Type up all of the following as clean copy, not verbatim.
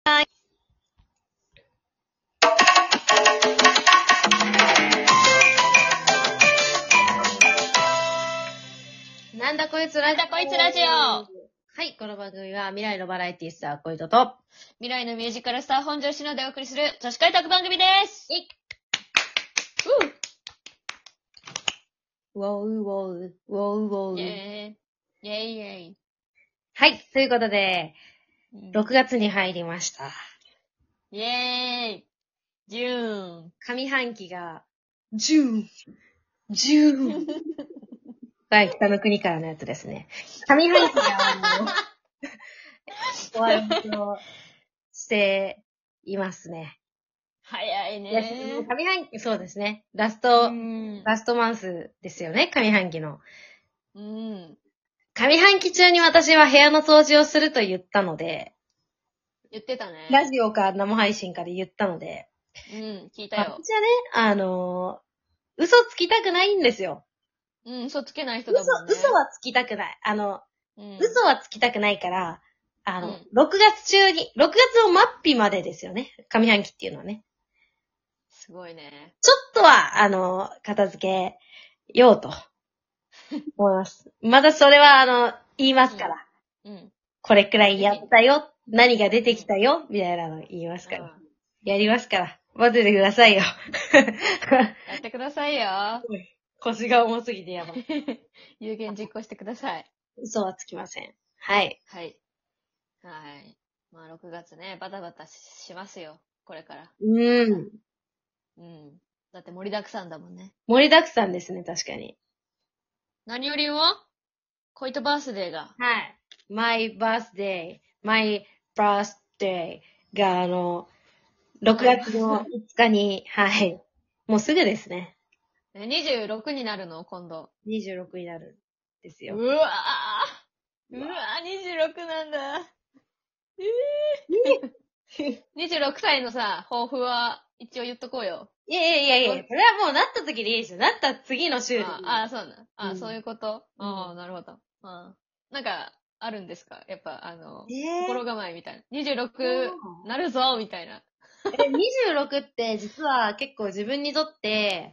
はい。なんだこいつラジオ。はい、この番組は未来のバラエティスター、小糸と、 未来のミュージカルスター本庄しのでお送りする女子会宅番組です。 ウォウウォウ、ウォウウォウ。 イェーイ。イェイイェイ。 はい、ということで、6月に入りました。 イェーイ。ジューン。 上半期が、ジューン。はい、北の国からのやつですね。上半期が、終わりとしていますね。 早いね。 上半期、そうですね。ラストマンスですよね、上半期の。上半期中に私は部屋の掃除をすると言ったので、 言ってたね。 ラジオか生配信かで言ったので、 聞いたよ。 私はね、嘘つきたくないんですよ。 嘘つけない人だもんね。 嘘はつきたくない。嘘はつきたくないから、6月中に、6月の末日までですよね。上半期っていうのはね。 すごいね。 ちょっとは、片付けようと思います。またそれは、言いますから。これくらいやったよ。何が出てきたよ。みたいなの言いますから。やりますから。待っててくださいよ。 やってくださいよ。 腰が重すぎてやばい。 有言実行してください。 嘘はつきません。はい。 はい。まあ6月ね、バタバタしますよ。これから。だって盛りだくさんだもんね。 盛りだくさんですね、確かに。 何よりも恋とバースデーが。 はい。my birthday が6月の5日に、はい。もうすぐですね。 26になるの今度。 26になるんですよ。 うわぁ26なんだ。26歳のさ、抱負は一応言っとこうよ。 いや、これはもうなった時でいいですよ。なった次の週でいい。 そうな。そういうこと。なるほど。なんか、あるんですかやっぱ、心構えみたいな。26なるぞみたいな。 26って実は結構自分にとって、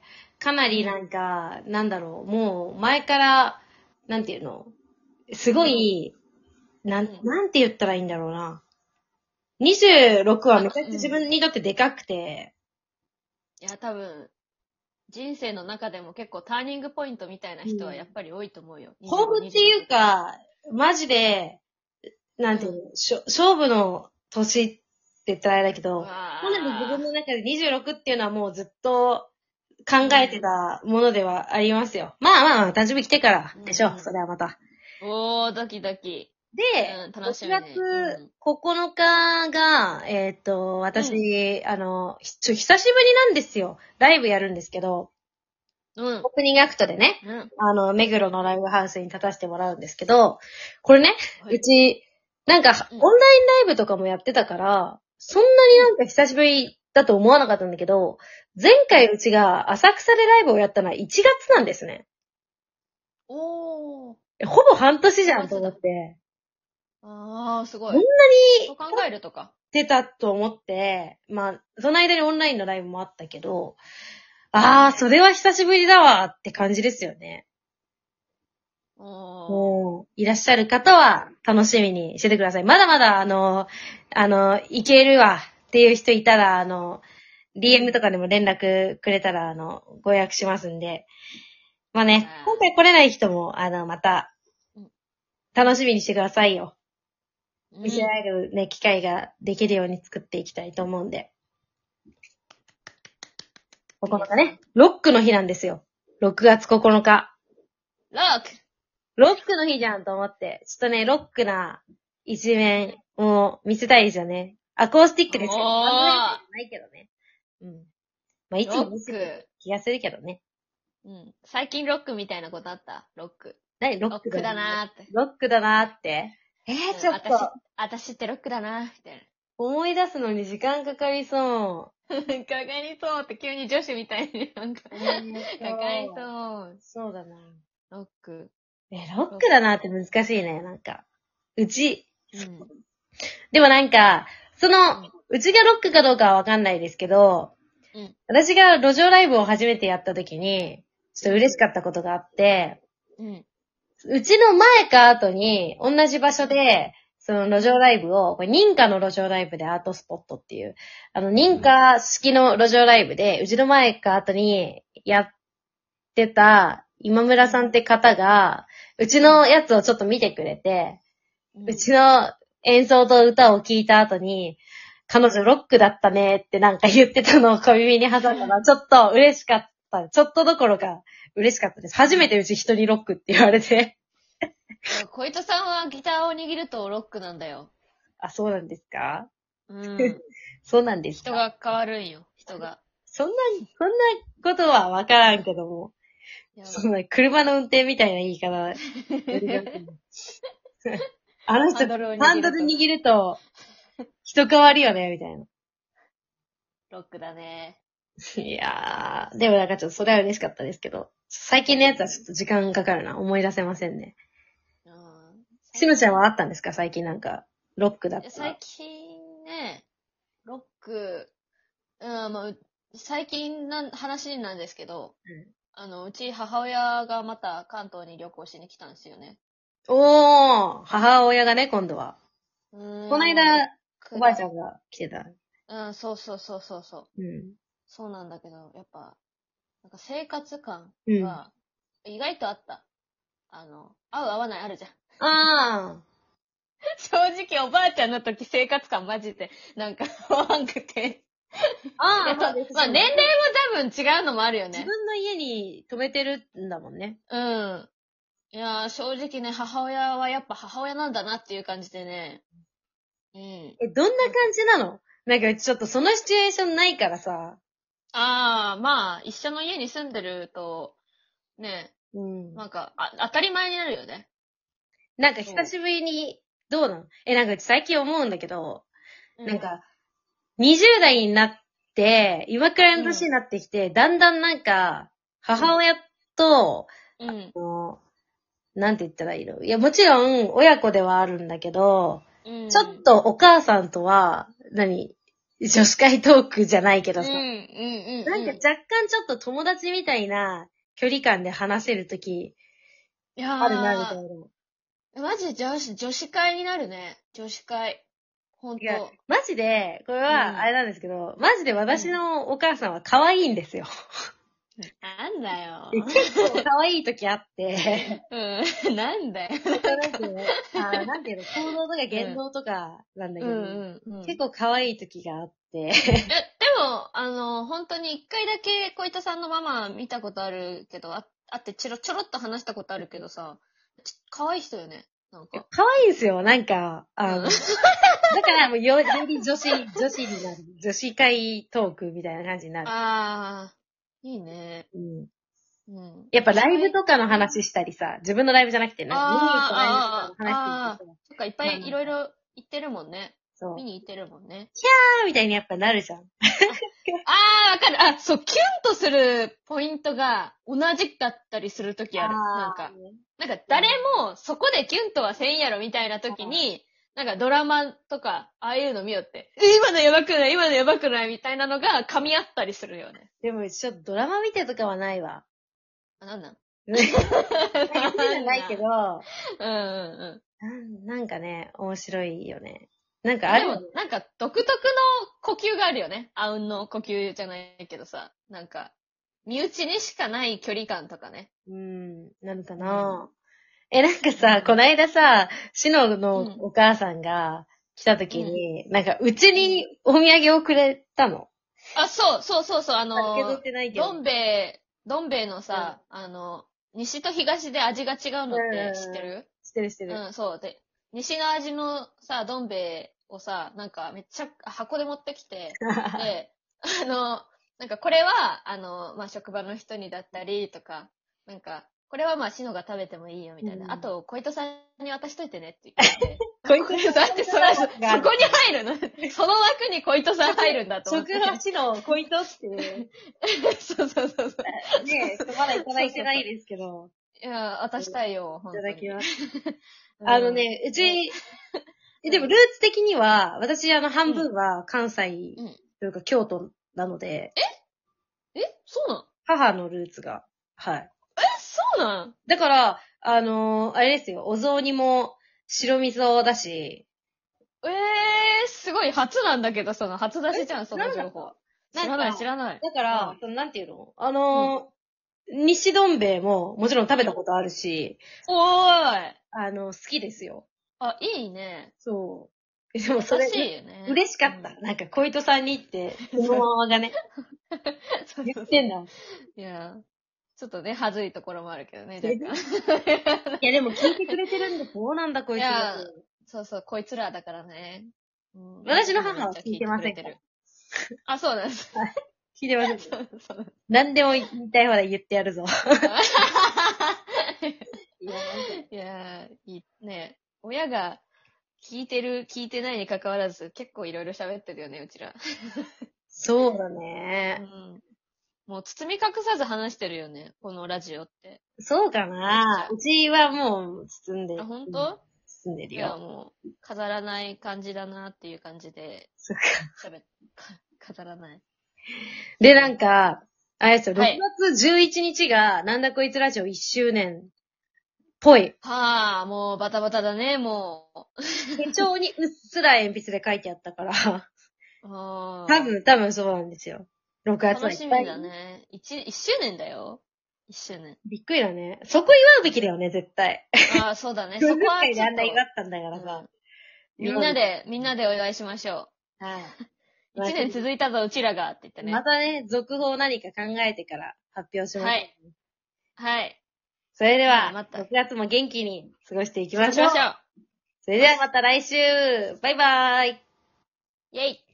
かなりなんだろう、もう前から、なんていうの、すごい、なんて言ったらいいんだろうな。26はめちゃくちゃ自分にとってでかくて。 いや、多分、人生の中でも結構ターニングポイントみたいな人はやっぱり多いと思うよ。 抱負っていうか、マジで、なんていうの、勝負の年って言ったらあれだけど、かなり自分の中で26っていうのはもうずっと考えてたものではありますよ。まあ、誕生日来てからでしょ、それはまた。 ドキドキ。 で、 楽しみ 6月9日が、私、久しぶりなんですよ。ライブやるんですけど、オープニングアクトでね、目黒のライブハウスに立たせてもらうんですけど、これね、うち、オンラインライブとかもやってたから、そんなに久しぶりだと思わなかったんだけど、前回うちが浅草でライブをやったのは1月なんですね。ほぼ半年じゃんと思って。 すごい。 こんなに、 そう考えるとか。 出たと思って、まあ、その間にオンラインのライブもあったけど、それは久しぶりだわって感じですよね。いらっしゃる方は楽しみにしててください。まだまだいけるわっていう人いたら、DM とかでも連絡くれたら、ご予約しますんで。まあね、今回来れない人も、また、楽しみにしてくださいよ。見せられるね、機会ができるように作っていきたいと思うんで。9日ね、ロックの日なんですよ。6月9日。ロックの日じゃんと思って、ちょっとね、ロックな一面を見せたいですよね。アコースティックですよ。ないけどね。まあ、いつも見せてる気がするけどね。 最近ロックみたいなことあったロック。 何ロックだなーって。ロックだなーって。ちょっと。 私ってロックだなー、みたいな。 思い出すのに時間かかりそう。 かかりそうって急に女子みたいにかかりそう。 そうだな。 ロック。 ロックだなって難しいね、うち。でもうちがロックかどうかはわかんないですけど、私が路上ライブを初めてやった時に、ちょっと嬉しかったことがあって、うちの前か後に、同じ場所で、その路上ライブを、これ認可の路上ライブでアートスポットっていう、認可式の路上ライブで、うちの前か後にやってた今村さんって方が、うちのやつをちょっと見てくれて、うちの演奏と歌を聞いた後に、彼女ロックだったねってなんか言ってたのを小耳に挟んだら、ちょっと嬉しかった。ちょっとどころか嬉しかったです。初めてうち人にロックって言われて。 小糸さんはギターを握るとロックなんだよ。 あ、そうなんですか？そうなんですか？ 人が変わるんよ、人が。 そんなことはわからんけども。そんな車の運転みたいな言い方。あの人、ハンドル握ると、人変わるよね、みたいな。 ロックだね。 いやー、でもなんかちょっとそれは嬉しかったですけど、最近のやつはちょっと時間かかるな。思い出せませんね。しのちゃんはあったんですか？最近なんか、ロックだった。 最近ね、ロック、まあ、最近話なんですけど、うち母親がまた関東に旅行しに来たんですよね。 おー、母親がね、今度は。この間、おばあちゃんが来てた。 そう。そうなんだけど、やっぱ、なんか生活感が意外とあった。合う合わないあるじゃん。 あー。 正直おばあちゃんの時生活感マジで、なんか、合わんくて。まあ年齢も多分違うのもあるよね。 自分の家に泊めてるんだもんね。 いやー、正直ね、母親はやっぱ母親なんだなっていう感じでね。 どんな感じなの？なんかちょっとそのシチュエーションないからさ。 まあ、一緒の家に住んでると、ね、なんか当たり前になるよね。 なんか久しぶりに、どうなの？なんか最近思うんだけど、なんか、20代になって、今くらいの年になってきて、だんだんなんか、母親と、なんて言ったらいいの？いや、もちろん、親子ではあるんだけど、ちょっとお母さんとは、女子会トークじゃないけどさ、なんか若干ちょっと友達みたいな距離感で話せるとき、あるな、みたいな。 マジ女子会になるね。女子会。ほんと。 マジで、これは、あれなんですけど、マジで私のお母さんは可愛いんですよ。 なんだよ。 結構可愛い時あって。 なんだよ。 なんていうの、行動とか言動とかなんだけど、結構可愛い時があって。でも、本当に一回だけ小糸さんのママ見たことあるけど、あってちょろっと話したことあるけどさ、可愛い人よね。なんか。 可愛いんですよ、なんか、だからもうより女子になる。女子会トークみたいな感じになる。 いいね。 やっぱライブとかの話したりさ、自分のライブじゃなくて、見に行ったライブとかの話してさ。 そっか、いっぱいいろいろ言ってるもんね。そう。見に行ってるもんね。 キャーみたいにやっぱなるじゃん。 わかる。そう、キュンとするポイントが同じだったりするときある。なんか誰もそこでキュンとはせんやろみたいなときに、なんかドラマとか、ああいうの見よって、今のやばくないみたいなのが噛み合ったりするよね。 でもちょっとドラマ見てとかはないわ。 なんなんないけど、なんかね、面白いよね。なんかあるよね。 なんか独特の呼吸があるよね。あうんの呼吸じゃないけどさ。なんか、身内にしかない距離感とかね。 なるかな。なんかさ、こないださ、シノのお母さんが来た時に、なんかうちにお土産をくれたの。 そう。どん兵衛のさ、西と東で味が違うのって知ってる？ 知ってる。 そうで、西の味のさ、どん兵衛をさ、なんかめっちゃ箱で持ってきて、で、なんかこれは、まあ、職場の人にだったりとか、なんか、これはまあ、シノが食べてもいいよみたいな。あと、小糸さんに渡しといてねって言って。小糸さんってそこに入るのその枠に小糸さん入るんだと思って。 職場シノ、小糸っていう。 そう。 ねまだいただいてないですけど。 いや、渡したいよ、 いただきます。うでもルーツ的には、私半分は関西うん。 というか京都なので、 そうなん母のルーツが、はい。 そうなんだから、あれですよ、お雑煮も白味噌だし、 すごい、初なんだけど、初出しじゃん、その情報。知らない、 なんか知らない。 だからうん、 なんていうの西どん兵衛ももちろん食べたことあるし、 おーい。 好きですよ。 あ、いいね。 そう。でも優それ、 しいよね。 嬉しかった。なんか、小糸さんにって、そのままがね、 そう言ってんだ。 いや、ちょっとね、恥ずいところもあるけどね、 全然若干。 いや、でも聞いてくれてるんで、そうなんだ、こいつが。 いや、そうそう、こいつらだからね。うん、 私の母は聞いてませんから。 あ、そうなんです。 聞いてません。 そうそう何でも言いたい放題言ってやるぞ。 いや、いいね。親が聞いてる、聞いてないに関わらず、結構いろいろ喋ってるよね、うちら。 そうだうね。 ん。もう包み隠さず話してるよね、このラジオって。 そうかな。うちはもう包んであ、本当？ 包んでるいや、 よ。 もう、飾らない感じだなっていう感じで、 そっか。 飾らない。 で、なんか、あれですよ、6 はい。 月11日が、なんだこいつラジオ1周年っぽい。 はあ、もうバタバタだね、もう。 手帳にうっすら鉛筆で書いてあったから、 あ多分そうなんですよ。6 あ、 月はいっぱい。 楽しみだね。一周年だよ。一周年。 びっくりだね。そこ祝うべきだよね、絶対。 ああ、そうだね。 夫婦そこは会であんなちょっと、 祝ったんだからさ。 うん、みんなでお祝いしましょはい。 う。一年続いたぞ、うちらが、って言ってね。 またね、続報何か考えてから発表します。 はい。はい。 それでは、 また 6月も元気に過ごしていき過ましょう。 ごしましょう。 それではまた来週バイバーイイェイ